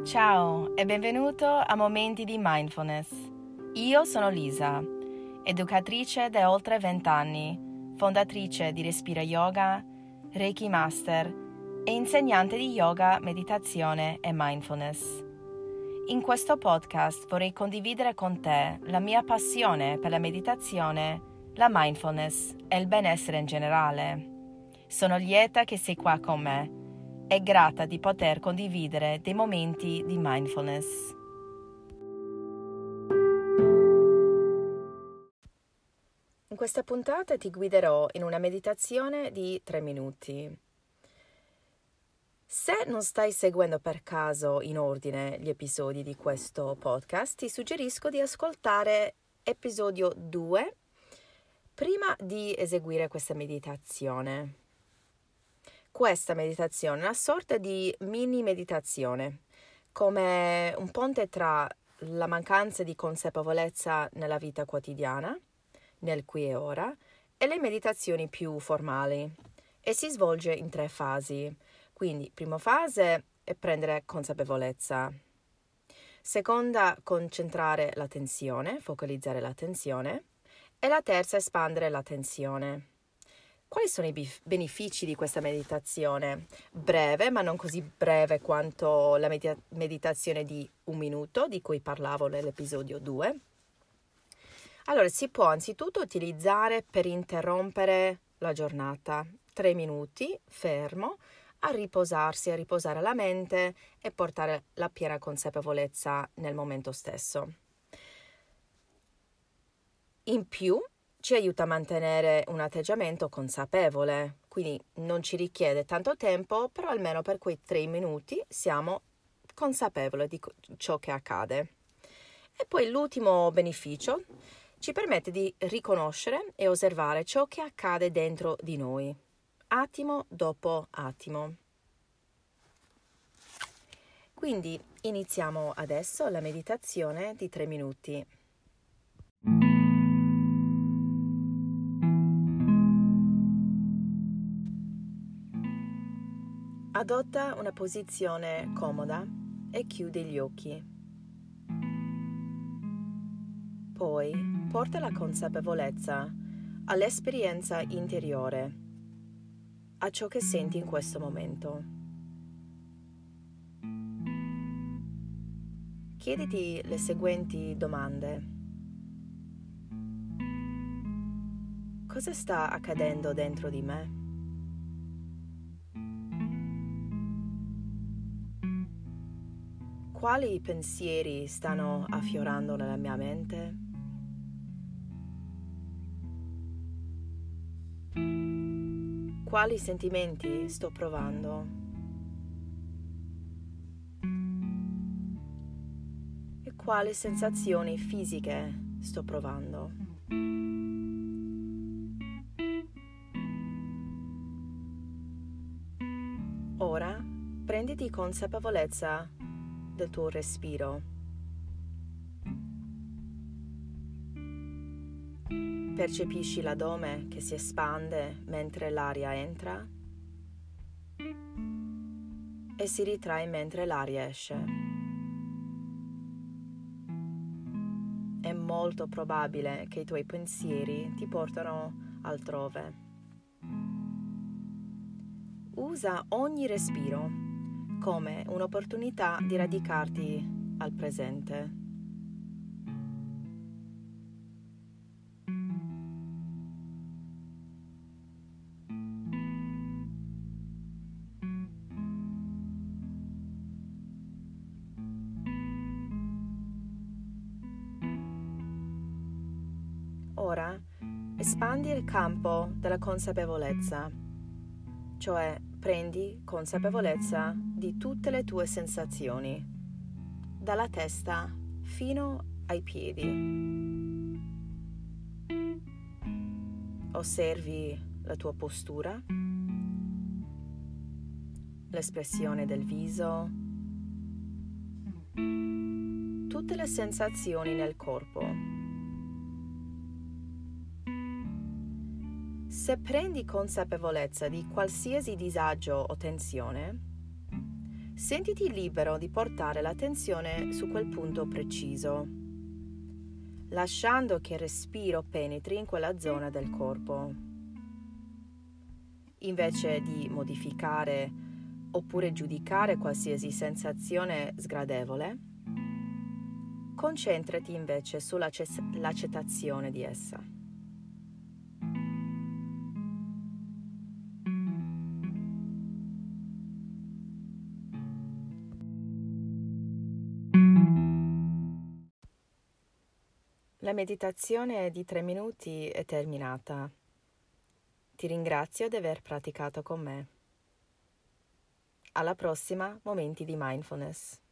Ciao e benvenuto a Momenti di Mindfulness. Io sono Lisa, educatrice da oltre 20 anni, fondatrice di Respira Yoga, Reiki Master e insegnante di yoga, meditazione e mindfulness. In questo podcast vorrei condividere con te la mia passione per la meditazione, la mindfulness e il benessere in generale. Sono lieta che sei qua con me e grata di poter condividere dei momenti di mindfulness. In questa puntata ti guiderò in una meditazione di 3 minuti. Se non stai seguendo per caso in ordine gli episodi di questo podcast, ti suggerisco di ascoltare episodio 2 prima di eseguire questa meditazione. Questa meditazione è una sorta di mini meditazione, come un ponte tra la mancanza di consapevolezza nella vita quotidiana, nel qui e ora, e le meditazioni più formali, e si svolge in 3 fasi. Quindi, prima fase è prendere consapevolezza. Seconda, concentrare l'attenzione, focalizzare l'attenzione. E la terza, espandere l'attenzione. Quali sono i benefici di questa meditazione? Breve, ma non così breve quanto la meditazione di 1 minuto, di cui parlavo nell'episodio 2. Allora, si può anzitutto utilizzare per interrompere la giornata. 3 minuti, fermo, a riposarsi, a riposare la mente e portare la piena consapevolezza nel momento stesso. In più, ci aiuta a mantenere un atteggiamento consapevole, quindi non ci richiede tanto tempo, però almeno per quei 3 minuti siamo consapevoli di ciò che accade. E poi l'ultimo beneficio ci permette di riconoscere e osservare ciò che accade dentro di noi, attimo dopo attimo. Quindi iniziamo adesso la meditazione di 3 minuti. Adotta una posizione comoda e chiudi gli occhi. Poi porta la consapevolezza all'esperienza interiore, a ciò che senti in questo momento. Chiediti le seguenti domande. Cosa sta accadendo dentro di me? Quali pensieri stanno affiorando nella mia mente? Quali sentimenti sto provando? E quali sensazioni fisiche sto provando? Ora prenditi consapevolezza del tuo respiro. Percepisci l'addome che si espande mentre l'aria entra e si ritrae mentre l'aria esce. È molto probabile che i tuoi pensieri ti portano altrove. Usa ogni respiro come un'opportunità di radicarti al presente. Ora espandi il campo della consapevolezza, cioè prendi consapevolezza di tutte le tue sensazioni, dalla testa fino ai piedi. Osservi la tua postura, l'espressione del viso, tutte le sensazioni nel corpo. Se prendi consapevolezza di qualsiasi disagio o tensione, Sentiti libero di portare l'attenzione su quel punto preciso, lasciando che il respiro penetri in quella zona del corpo. Invece di modificare oppure giudicare qualsiasi sensazione sgradevole, concentrati invece sull'accettazione di essa. La meditazione di 3 minuti è terminata. Ti ringrazio di aver praticato con me. Alla prossima Momenti di Mindfulness.